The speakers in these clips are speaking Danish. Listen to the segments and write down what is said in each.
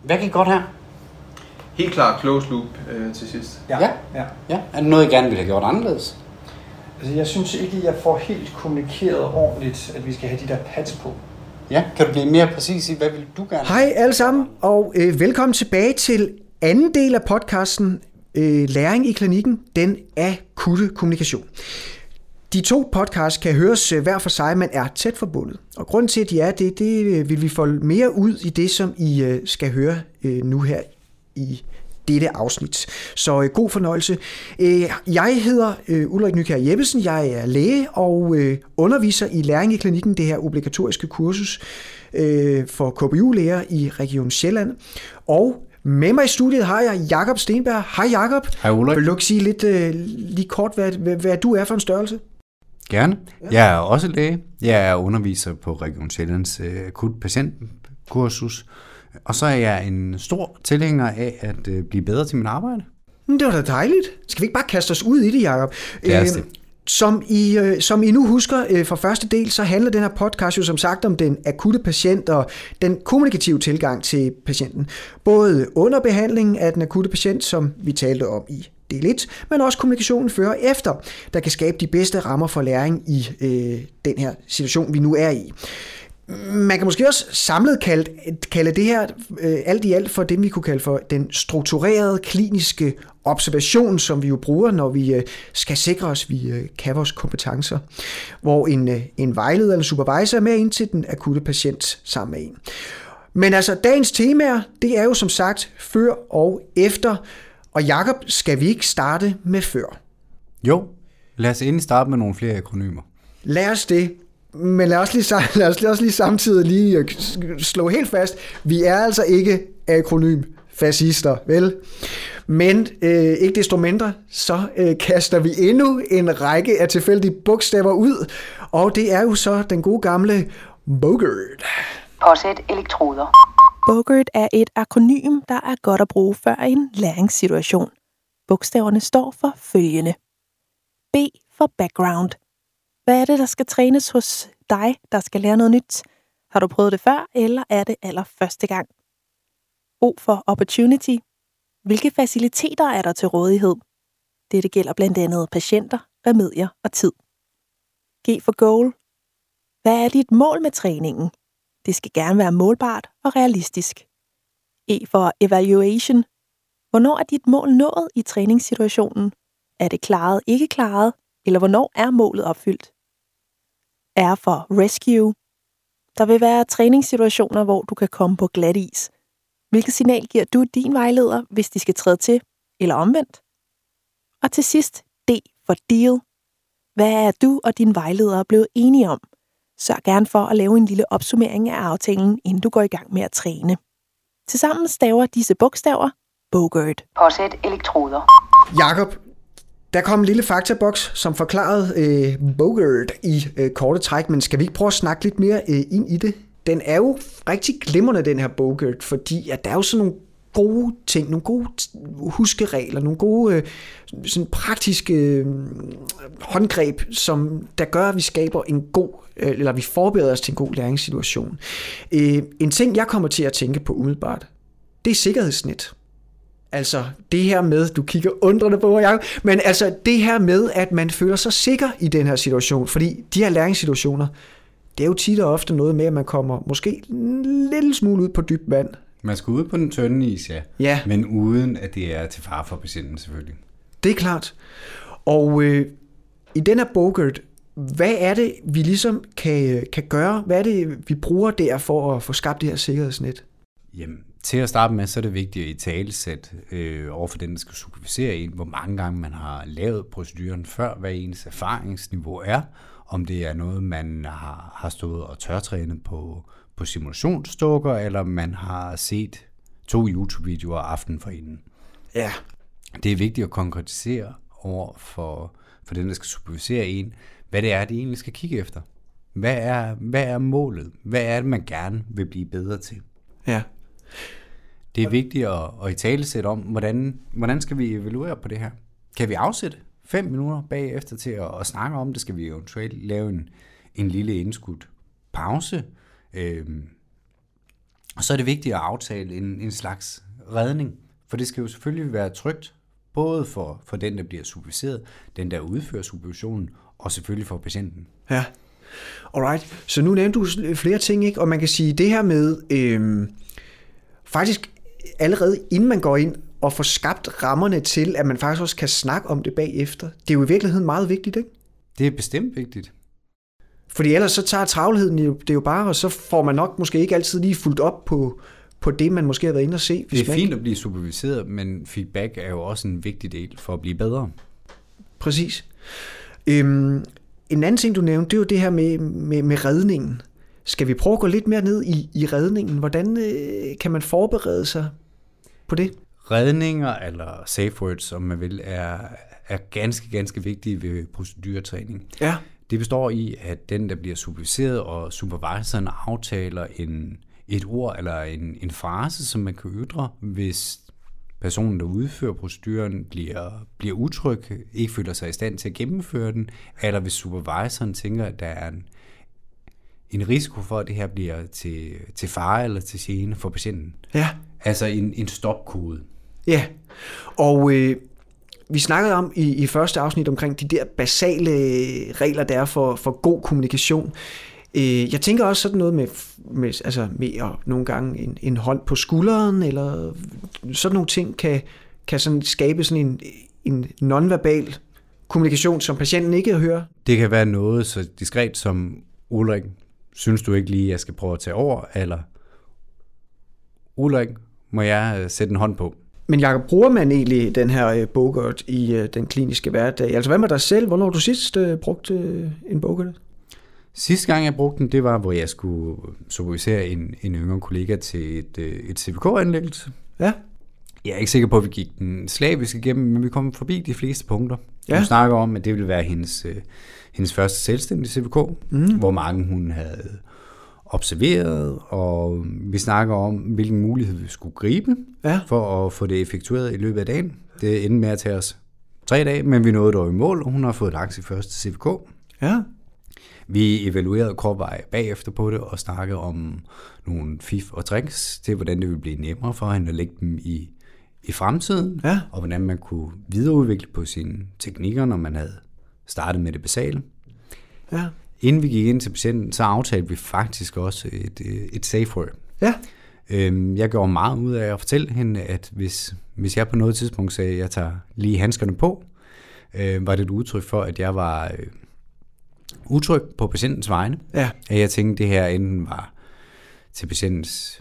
Hvad gik godt her? Helt klart close loop til sidst. Ja. Er det noget, I gerne ville have gjort anderledes? Altså, jeg synes ikke, jeg får helt kommunikeret ordentligt, at vi skal have de der pads på. Ja, kan du blive mere præcis i, hvad vil du gerne? Hej alle sammen, og velkommen tilbage til anden del af podcasten Læring i klinikken, den akutte kommunikation. De to podcasts kan høres hver for sig, men er tæt forbundet. Og grunden til, at de er det vil vi folde mere ud i det, som I skal høre nu her i dette afsnit. Så god fornøjelse. Jeg hedder Ulrik Nykjær Jeppesen, jeg er læge og underviser i Læring i klinikken, det her obligatoriske kursus for KBU-læger i Region Sjælland. Og med mig i studiet har jeg Jakob Stenberg. Hej Jakob. Hej Ulrik. Vil du ikke sige lidt lige kort, hvad du er for en størrelse? Gerne. Jeg er også læge. Jeg er underviser på Region Sjællands akut patientkursus. Og så er jeg en stor tilhænger af at blive bedre til mit arbejde. Det var da dejligt. Skal vi ikke bare kaste os ud i det, Jakob? Det. Som I nu husker fra første del, så handler den her podcast jo som sagt om den akutte patient og den kommunikative tilgang til patienten. Både under behandlingen af den akutte patient, som vi talte om i del 1, men også kommunikationen før og efter, der kan skabe de bedste rammer for læring i den her situation, vi nu er i. Man kan måske også samlet kalde det her alt i alt for det, vi kunne kalde for den strukturerede kliniske observation, som vi jo bruger, når vi skal sikre os, at vi kan vores kompetencer, hvor en vejleder eller supervisor er med ind til den akutte patient sammen med en. Men altså, dagens temaer, det er jo som sagt før og efter, og Jakob, skal vi ikke starte med før? Jo, lad os endelig starte med nogle flere akronymer. Lad os det. Men lad os lige samtidig lige slå helt fast, vi er altså ikke akronymfascister, vel? Men ikke desto mindre, så kaster vi endnu en række af tilfældige bogstaver ud, og det er jo så den gode gamle BOGURT. Påsæt elektroder. BOGURT er et akronym, der er godt at bruge før en læringssituation. Bogstaverne står for følgende. B for background. Hvad er det, der skal trænes hos dig, der skal lære noget nyt? Har du prøvet det før, eller er det allerførste gang? O for opportunity. Hvilke faciliteter er der til rådighed? Dette gælder blandt andet patienter, remedier og tid. G for goal. Hvad er dit mål med træningen? Det skal gerne være målbart og realistisk. E for evaluation. Hvornår er dit mål nået i træningssituationen? Er det klaret, ikke klaret? Eller hvornår er målet opfyldt? R for rescue. Der vil være træningssituationer, hvor du kan komme på glat is. Hvilket signal giver du din vejleder, hvis de skal træde til, eller omvendt? Og til sidst D for deal. Hvad er du og din vejleder blevet enige om? Sørg gerne for at lave en lille opsummering af aftalen, inden du går i gang med at træne. Tilsammen staver disse bogstaver BOGURT. Påsæt elektroder. Jakob, der kom en lille faktaboks, som forklarede BOGURT i korte træk, men skal vi ikke prøve at snakke lidt mere ind i det? Den er jo rigtig glimrende, den her BOGURT, fordi at der er jo sådan nogle gode ting, nogle gode huskeregler, nogle gode sådan praktiske håndgreb, som der gør, at vi skaber en god, eller vi forbereder os til en god læringssituation. En ting, jeg kommer til at tænke på umiddelbart, det er sikkerhedsnet. Altså det her med, du kigger undrende på mig, Jacob, men altså det her med, at man føler sig sikker i den her situation, fordi de her læringssituationer, det er jo tit og ofte noget med, at man kommer måske en lille smule ud på dybt vand. Man skal ud på den tynde is, ja. Men uden at det er til fare for patienten selvfølgelig. Det er klart. Og i den her BOGURT, hvad er det, vi ligesom kan gøre? Hvad er det, vi bruger der for at få skabt det her sikkerhedsnet? Jamen, til at starte med, så er det vigtigt at italesætte over for den, der skal supervisere en, hvor mange gange man har lavet proceduren før, hvad ens erfaringsniveau er, om det er noget, man har stået og tørtrænet på simulationsdukker, eller man har set 2 YouTube-videoer aften forinden. Ja. Det er vigtigt at konkretisere over for den, der skal supervisere en, hvad det er, de egentlig skal kigge efter. Hvad er målet? Hvad er det, man gerne vil blive bedre til? Ja. Det er vigtigt at italesætte om, hvordan skal vi evaluere på det her? Kan vi afsætte 5 minutter bagefter til at snakke om det? Skal vi eventuelt lave en lille indskudt pause? Og så er det vigtigt at aftale en slags redning, for det skal jo selvfølgelig være trygt, både for den, der bliver superviseret, den, der udfører supervisionen, og selvfølgelig for patienten. Ja, alright. Så nu nævnte du flere ting, ikke? Og man kan sige, det her med, faktisk allerede inden man går ind og får skabt rammerne til, at man faktisk også kan snakke om det bagefter, det er jo i virkeligheden meget vigtigt, ikke? Det er bestemt vigtigt. Fordi ellers så tager travlheden det jo bare, og så får man nok måske ikke altid lige fulgt op på det, man måske har været inde og se. Det er fint at blive superviseret, men feedback er jo også en vigtig del for at blive bedre. Præcis. En anden ting, du nævnte, det er jo det her med redningen. Skal vi prøve at gå lidt mere ned i redningen? Hvordan kan man forberede sig på det? Redninger, eller safe words, som man vil, er ganske, ganske vigtige ved proceduretræning. Ja. Det består i, at den, der bliver superviseret, og supervisoren aftaler et ord eller en frase, som man kan ytre, hvis personen, der udfører proceduren, bliver utryg, ikke føler sig i stand til at gennemføre den, eller hvis supervisoren tænker, at der er en risiko for, at det her bliver til fare eller til gene for patienten. Ja. Altså en stopkode. Ja, og vi snakkede om i første afsnit omkring de der basale regler, der er for god kommunikation. Jeg tænker også sådan noget med at nogle gange en hånd på skulderen, eller sådan nogle ting kan sådan skabe sådan en nonverbal kommunikation, som patienten ikke hører. Det kan være noget så diskret som, Ulrik, synes du ikke lige, jeg skal prøve at tage over, eller Ulrik, må jeg sætte en hånd på? Men Jacob, bruger man egentlig den her Bogert i den kliniske hverdag? Altså hvad med dig selv? Hvornår har du sidst brugt en Bogert? Sidste gang jeg brugte den, det var, hvor jeg skulle supervisere en yngre kollega til et CPK-anlæggelse. Ja. Jeg er ikke sikker på, at vi gik den slavisk igennem, men vi kom forbi de fleste punkter. Ja. Hun snakker om, at det ville være hendes første selvstændige CPK, hvor mange hun havde observeret, og vi snakker om, hvilken mulighed vi skulle gribe for at få det effektueret i løbet af dagen. Det endte med at tage os 3 dage, men vi nåede dog i mål, og hun har fået lagt sit første CPK. Ja. Vi evaluerede kortvej bagefter på det, og snakkede om nogle fif og tricks til, hvordan det ville blive nemmere for hende at lægge dem i fremtiden, og hvordan man kunne videreudvikle på sine teknikker, når man havde startet med det basale. Ja. Inden vi gik ind til patienten, så aftalte vi faktisk også et safe word. Ja. Jeg gjorde meget ud af at fortælle hende, at hvis jeg på noget tidspunkt sagde, at jeg tager lige handskerne på, var det et udtryk for, at jeg var utryg på patientens vegne. Ja. At jeg tænkte, at det her enten var til patientens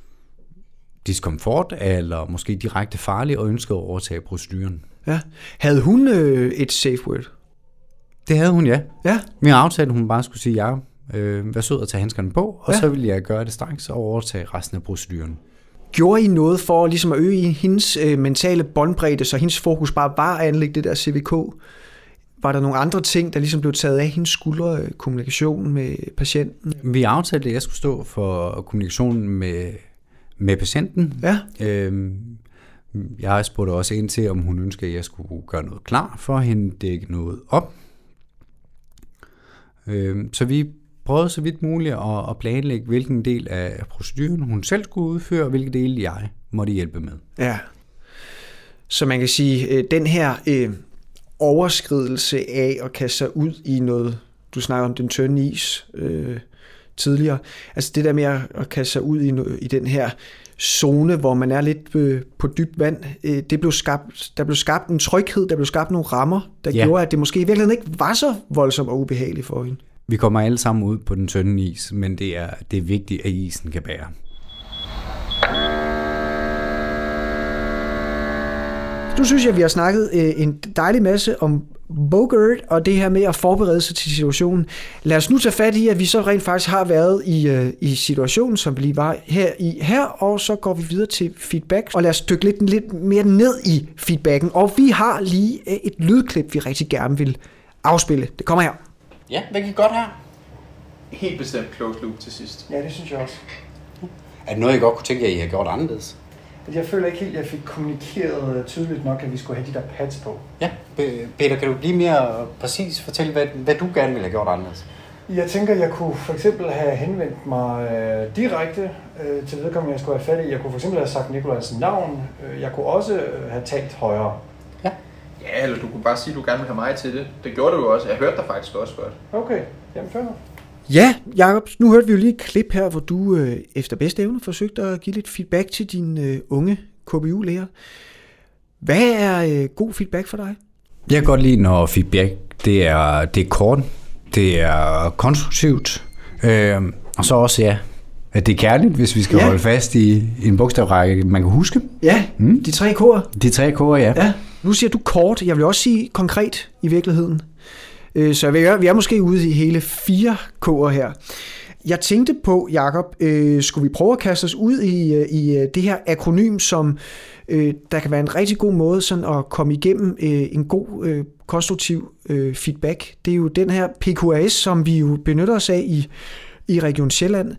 diskomfort, eller måske direkte farlig, og ønskede at overtage proceduren. Ja. Havde hun et safe word? Det havde hun, ja. Ja. Vi aftalte, at hun bare skulle sige, vær sød at tage handskerne på, og så ville jeg gøre det straks og overtage resten af proceduren. Gjorde I noget for ligesom at øge hendes mentale båndbredde, så hendes fokus bare var at anlægge det der CVK? Var der nogle andre ting, der ligesom blev taget af hendes skuldre, kommunikation med patienten? Vi aftalte, at jeg skulle stå for kommunikationen med patienten. Ja. Jeg spurgte også ind til, om hun ønskede, at jeg skulle gøre noget klar for hende, dække noget op. Så vi prøvede så vidt muligt at planlægge, hvilken del af proceduren hun selv skulle udføre, og hvilke dele jeg måtte hjælpe med. Ja. Så man kan sige, den her overskridelse af at kaste sig ud i noget, du snakker om den tynde is tidligere, altså det der med at kaste sig ud i den her zone, hvor man er lidt på dybt vand, der blev skabt en tryghed, der blev skabt nogle rammer, der gjorde, at det måske i virkeligheden ikke var så voldsomt og ubehageligt for hende. Vi kommer alle sammen ud på den tynde is, men det er vigtigt, at isen kan bære. Nu synes jeg, at vi har snakket en dejlig masse om Bogert og det her med at forberede sig til situationen. Lad os nu tage fat i, at vi så rent faktisk har været i situationen, som vi lige var her, og så går vi videre til feedback, og lad os dykke lidt mere ned i feedbacken. Og vi har lige et lydklip, vi rigtig gerne vil afspille. Det kommer her. Ja, hvad gik godt her? Helt bestemt closed loop til sidst. Ja, det synes jeg også. Er det noget, I godt kunne tænke jer, I har gjort anderledes? Jeg føler ikke helt, at jeg fik kommunikeret tydeligt nok, at vi skulle have de der pads på. Ja, Peter, kan du blive mere præcis fortælle, hvad du gerne ville have gjort anderledes? Jeg tænker, jeg kunne for eksempel have henvendt mig direkte til vedkommende, jeg skulle have fat i. Jeg kunne for eksempel have sagt Nikolajs navn. Jeg kunne også have talt højere. Ja, eller du kunne bare sige, at du gerne vil have mig til det. Det gjorde du jo også. Jeg hørte dig faktisk også godt. Okay, jamen fair. Ja, Jacob, nu hørte vi jo lige et klip her, hvor du efter bedste evne forsøgte at give lidt feedback til din unge KBU-lærer. Hvad er god feedback for dig? Jeg kan godt lide, når feedback det er kort, det er konstruktivt, og så også at det er kærligt, hvis vi skal holde fast i en bogstavrække, man kan huske. Ja, de 3 K'er. De 3 K'er, ja. Nu siger du kort, jeg vil også sige konkret i virkeligheden. Så vi er måske ude i hele 4 K'er her. Jeg tænkte på, Jacob, skulle vi prøve at kaste os ud i det her akronym, som der kan være en rigtig god måde sådan at komme igennem en god konstruktiv feedback. Det er jo den her PQAS, som vi jo benytter os af i Region Sjælland.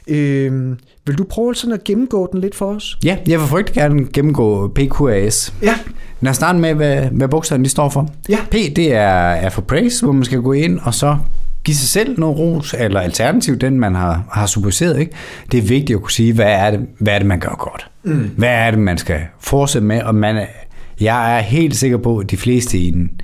Vil du prøve sådan at gennemgå den lidt for os? Ja, jeg vil frygtelig gerne gennemgå PQAS. Ja. Lad os starte med, hvad bogstaverne de står for. Ja. P, det er for praise, hvor man skal gå ind og så give sig selv noget ros, eller alternativt den, man har superviseret. Ikke? Det er vigtigt at kunne sige, hvad er det man gør godt? Hvad er det, man skal fortsætte med? Og jeg er helt sikker på, at de fleste i en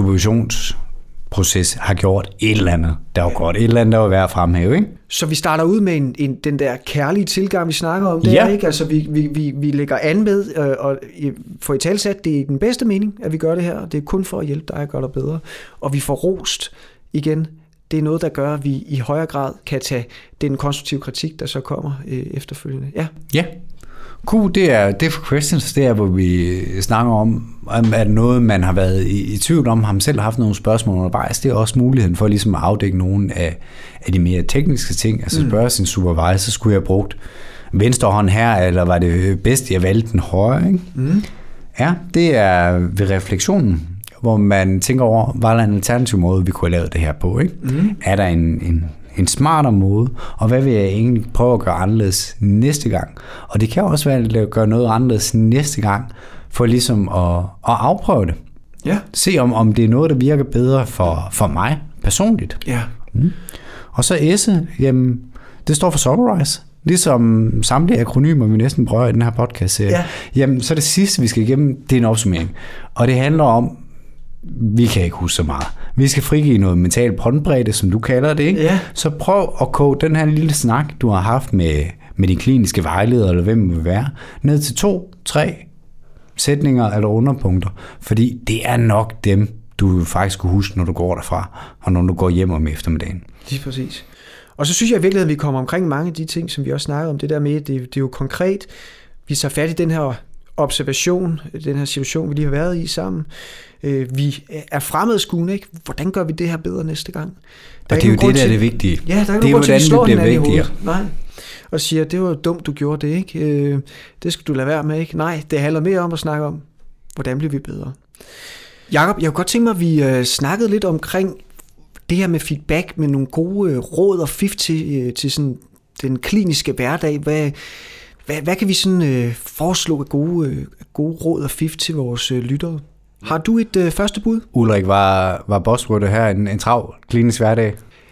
supervisionsproces har gjort et eller andet, der var godt. Et eller andet, der var værd at fremhæve. Ikke? Så vi starter ud med den der kærlige tilgang, vi snakker om. Det er ikke? Altså, vi lægger an med og får i talsat, det er den bedste mening, at vi gør det her. Og det er kun for at hjælpe dig at gøre dig bedre. Og vi får rost igen. Det er noget, der gør, at vi i højere grad kan tage den konstruktive kritik, der så kommer efterfølgende. Ja. Q, det er for questions, det er, hvor vi snakker om, at noget, man har været i tvivl om, har man selv haft nogle spørgsmål undervejs. Det er også muligheden for ligesom at afdække nogle af de mere tekniske ting. Altså spørge sin supervisor, skulle jeg have brugt venstre hånd her, eller var det bedst, jeg valgte den højre? Ikke? Ja, det er ved refleksionen, hvor man tænker over, var der en alternativ måde, vi kunne have lavet det her på? Ikke? Er der en smartere måde, og hvad vil jeg egentlig prøve at gøre anderledes næste gang? Og det kan også være at gøre noget anderledes næste gang, for ligesom at afprøve det. Ja. Se om det er noget, der virker bedre for mig personligt. Ja. Og så S'et, jamen, det står for summarize. Ligesom samtlige akronymer, vi næsten prøver i den her podcast. Jamen, så det sidste, vi skal igennem, det er en opsummering. Og det handler om, vi kan ikke huske så meget. Vi skal frigive noget mental båndbredde, som du kalder det, ikke? Ja. Så prøv at koge den her lille snak, du har haft med din kliniske vejleder, eller hvem det vil være, ned til 2-3 sætninger eller underpunkter. Fordi det er nok dem, du faktisk skulle huske, når du går derfra, og når du går hjem om eftermiddagen. Lige præcis. Og så synes jeg i virkeligheden, at vi kommer omkring mange af de ting, som vi også snakkede om. Det der med, det er jo konkret. Vi tager fat i den her observation, den her situation, vi lige har været i sammen. Vi er fremadskuende, ikke? Hvordan gør vi det her bedre næste gang? Og det er jo det, der er det vigtige. Ja, der er det er grund til, at vi slår hinanden i hovedet. Nej. Og siger, det var dumt, du gjorde det, ikke? Det skal du lade være med, ikke? Nej, det handler mere om at snakke om, hvordan bliver vi bedre. Jakob, jeg kunne godt tænke mig, at vi snakkede lidt omkring det her med feedback, med nogle gode råd og fif til sådan den kliniske hverdag. Hvad kan vi sådan foreslå af gode råd og fif til vores lyttere? Har du et første bud? Ulrik, var buzzwordet her en travl klinisk hverdag?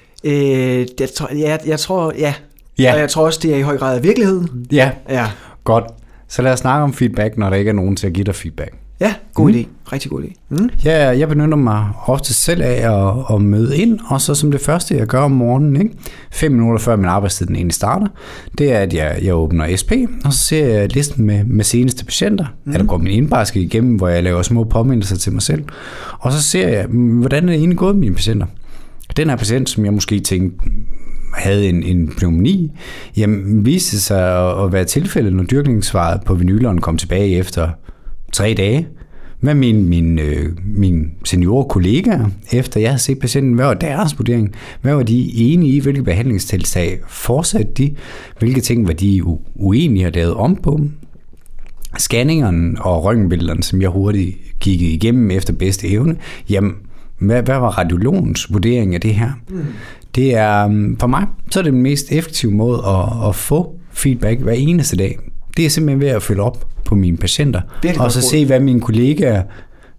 Jeg tror, ja. Og jeg tror også, det er i høj grad af virkeligheden. Ja. Godt. Så lad os snakke om feedback, når der ikke er nogen til at give dig feedback. Ja, god idé. Rigtig god idé. Ja, jeg benytter mig ofte selv af at møde ind, og så som det første, jeg gør om morgenen, ikke? 5 minutter før min arbejdstid den egentlig starter, det er, at jeg åbner SP, og så ser jeg listen med seneste patienter, eller går min indbakke igennem, hvor jeg laver små påmindelser til mig selv, og så ser jeg, hvordan er det egentlig gået med mine patienter. Den her patient, som jeg måske tænkte, havde en pneumoni, jamen viste sig at være tilfældet, når dyrkningssvaret på vinyleren kom tilbage efter 3 dage. Hvad min seniorkollegaer, efter jeg havde set patienten, hvad var deres vurdering? Hvad var de enige i? Hvilke behandlingstiltag fortsatte de? Hvilke ting var de uenige og lavet om på? Scanningerne og røntgenbillederne, som jeg hurtigt kiggede igennem efter bedste evne, jamen, hvad var radiologens vurdering af det her? Det er, for mig, så er det den mest effektive måde at få feedback hver eneste dag. Det er simpelthen ved at følge op på mine patienter, og så se, hvad mine kollegaer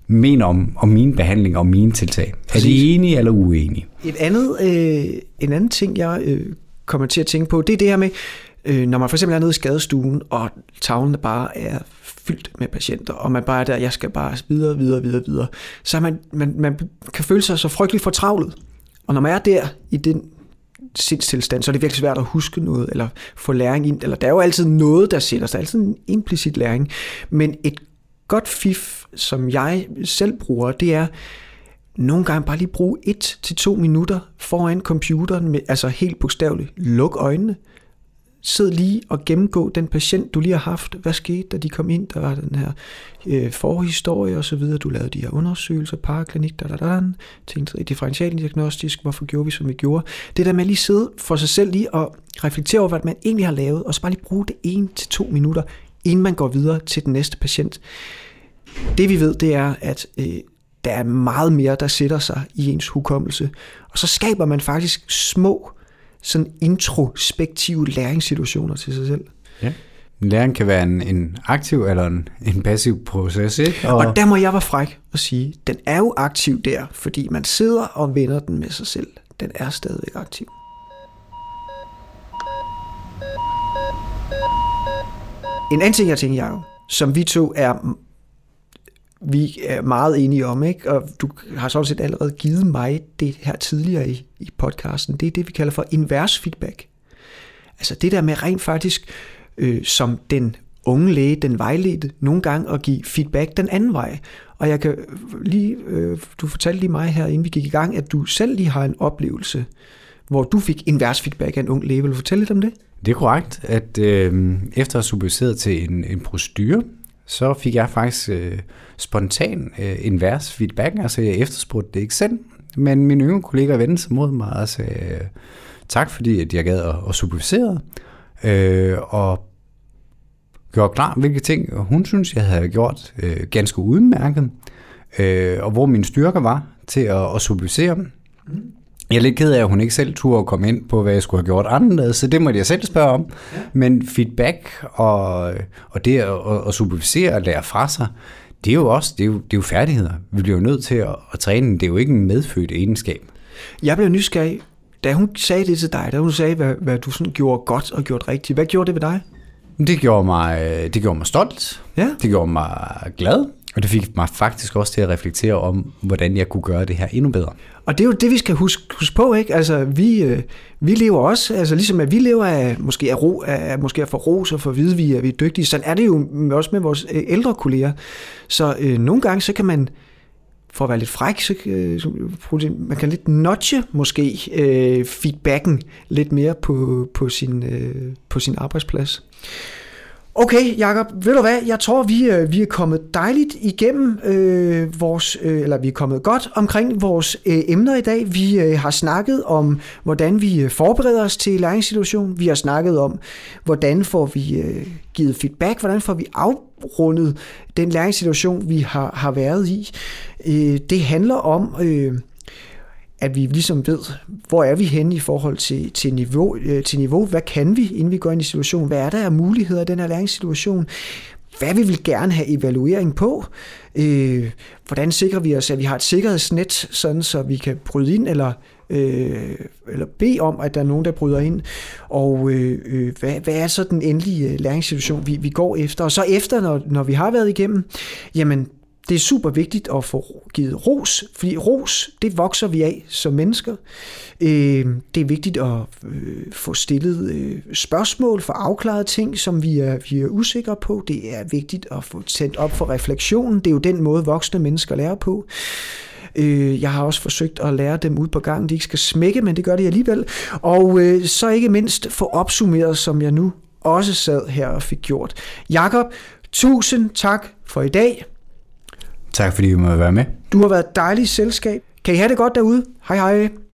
mener om min behandling og mine tiltag. Præcis. Er de enige eller uenige? En anden ting, jeg kommer til at tænke på, det er det her med, når man for eksempel er nede i skadestuen, og tavlen bare er fyldt med patienter, og man bare er der, jeg skal bare videre, så man kan føle sig så frygteligt fortravlet. Og når man er der i den sindstilstand, så er det virkelig svært at huske noget, eller få læring ind, eller der er jo altid noget, der sætter sig, altid en implicit læring. Men et godt fif, som jeg selv bruger, det er nogle gange bare lige bruge 1-2 minutter foran computeren, med, altså helt bogstaveligt, luk øjnene, sid lige og gennemgå den patient, du lige har haft. Hvad skete, da de kom ind? Der var den her forhistorie og så videre. Du lavede de her undersøgelser, paraklinik, tænkte differentialdiagnostisk, hvorfor gjorde vi, som vi gjorde. Det der med at lige sidde for sig selv lige og reflektere over, hvad man egentlig har lavet, og så bare lige bruge det 1-2 minutter, inden man går videre til den næste patient. Det vi ved, det er, at der er meget mere, der sætter sig i ens hukommelse. Og så skaber man faktisk små sådan introspektive læringssituationer til sig selv. Ja. Læring kan være en aktiv eller en passiv proces, ikke? Og der må jeg være fræk og sige, den er jo aktiv der, fordi man sidder og vender den med sig selv. Den er stadig aktiv. En anden ting, jeg tænker, Jacob, som vi to er meget enige om, ikke? Og du har sådan set allerede givet mig det her tidligere i podcasten, det er det, vi kalder for invers feedback. Altså det der med rent faktisk, som den unge læge, den vejledte, nogle gange at give feedback den anden vej. Og jeg kan lige, du fortalte lige mig her, inden vi gik i gang, at du selv lige har en oplevelse, hvor du fik invers feedback af en ung læge. Vil du fortælle lidt om det? Det er korrekt, at efter at have superviseret til en procedure, så fik jeg faktisk spontan invers feedback. Altså jeg efterspurgte det ikke selv, men mine yngre kollegaer vendte sig mod mig og sagde tak, fordi at jeg gad at supervisere, og gjorde klar, hvilke ting hun synes, jeg havde gjort ganske udmærket, og hvor mine styrker var til at supervisere dem. Jeg er lidt ked af, at hun ikke selv turde komme ind på, hvad jeg skulle have gjort anderledes, så det måtte jeg selv spørge om. Ja. Men feedback og det at supervisere og lære fra sig, det er jo også det er jo færdigheder. Vi bliver jo nødt til at træne. Det er jo ikke en medfødt egenskab. Jeg blev nysgerrig, da hun sagde det til dig, da hun sagde, hvad du sådan gjorde godt og gjort rigtigt. Hvad gjorde det ved dig? Det gjorde mig stolt. Ja. Det gjorde mig glad. Og det fik mig faktisk også til at reflektere om, hvordan jeg kunne gøre det her endnu bedre. Og det er jo det, vi skal huske på, ikke? Altså, vi lever også, altså ligesom at vi lever af måske at få ros og få at vide, at vi er dygtige. Sådan er det jo også med vores ældre kolleger. Så nogle gange, så kan man, for at være lidt fræk, så man kan lidt nudge måske feedbacken lidt mere på sin arbejdsplads. Okay, Jacob, ved du hvad? Jeg tror, vi er kommet dejligt igennem vi er kommet godt omkring vores emner i dag. Vi har snakket om, hvordan vi forbereder os til læringssituationen. Vi har snakket om, hvordan får vi givet feedback, hvordan får vi afrundet den læringssituation, vi har været i. Det handler om at vi ligesom ved, hvor er vi henne i forhold til niveau. Hvad kan vi, inden vi går ind i situationen? Hvad er der af muligheder i den her læringssituation? Hvad vi vil gerne have evaluering på? Hvordan sikrer vi os, at vi har et sikkerhedsnet, sådan så vi kan bryde ind, eller bede om, at der er nogen, der bryder ind? Og hvad er så den endelige læringssituation, vi går efter? Og så efter, når vi har været igennem, jamen, det er super vigtigt at få givet ros, fordi ros, det vokser vi af som mennesker. Det er vigtigt at få stillet spørgsmål, få afklaret ting, som vi er usikre på. Det er vigtigt at få tændt op for refleksionen. Det er jo den måde, voksne mennesker lærer på. Jeg har også forsøgt at lære dem ud på gangen, de ikke skal smække, men det gør de alligevel. Og så ikke mindst få opsummeret, som jeg nu også sad her og fik gjort. Jacob, tusind tak for i dag. Tak fordi I måtte være med. Du har været et dejligt selskab. Kan I have det godt derude? Hej hej.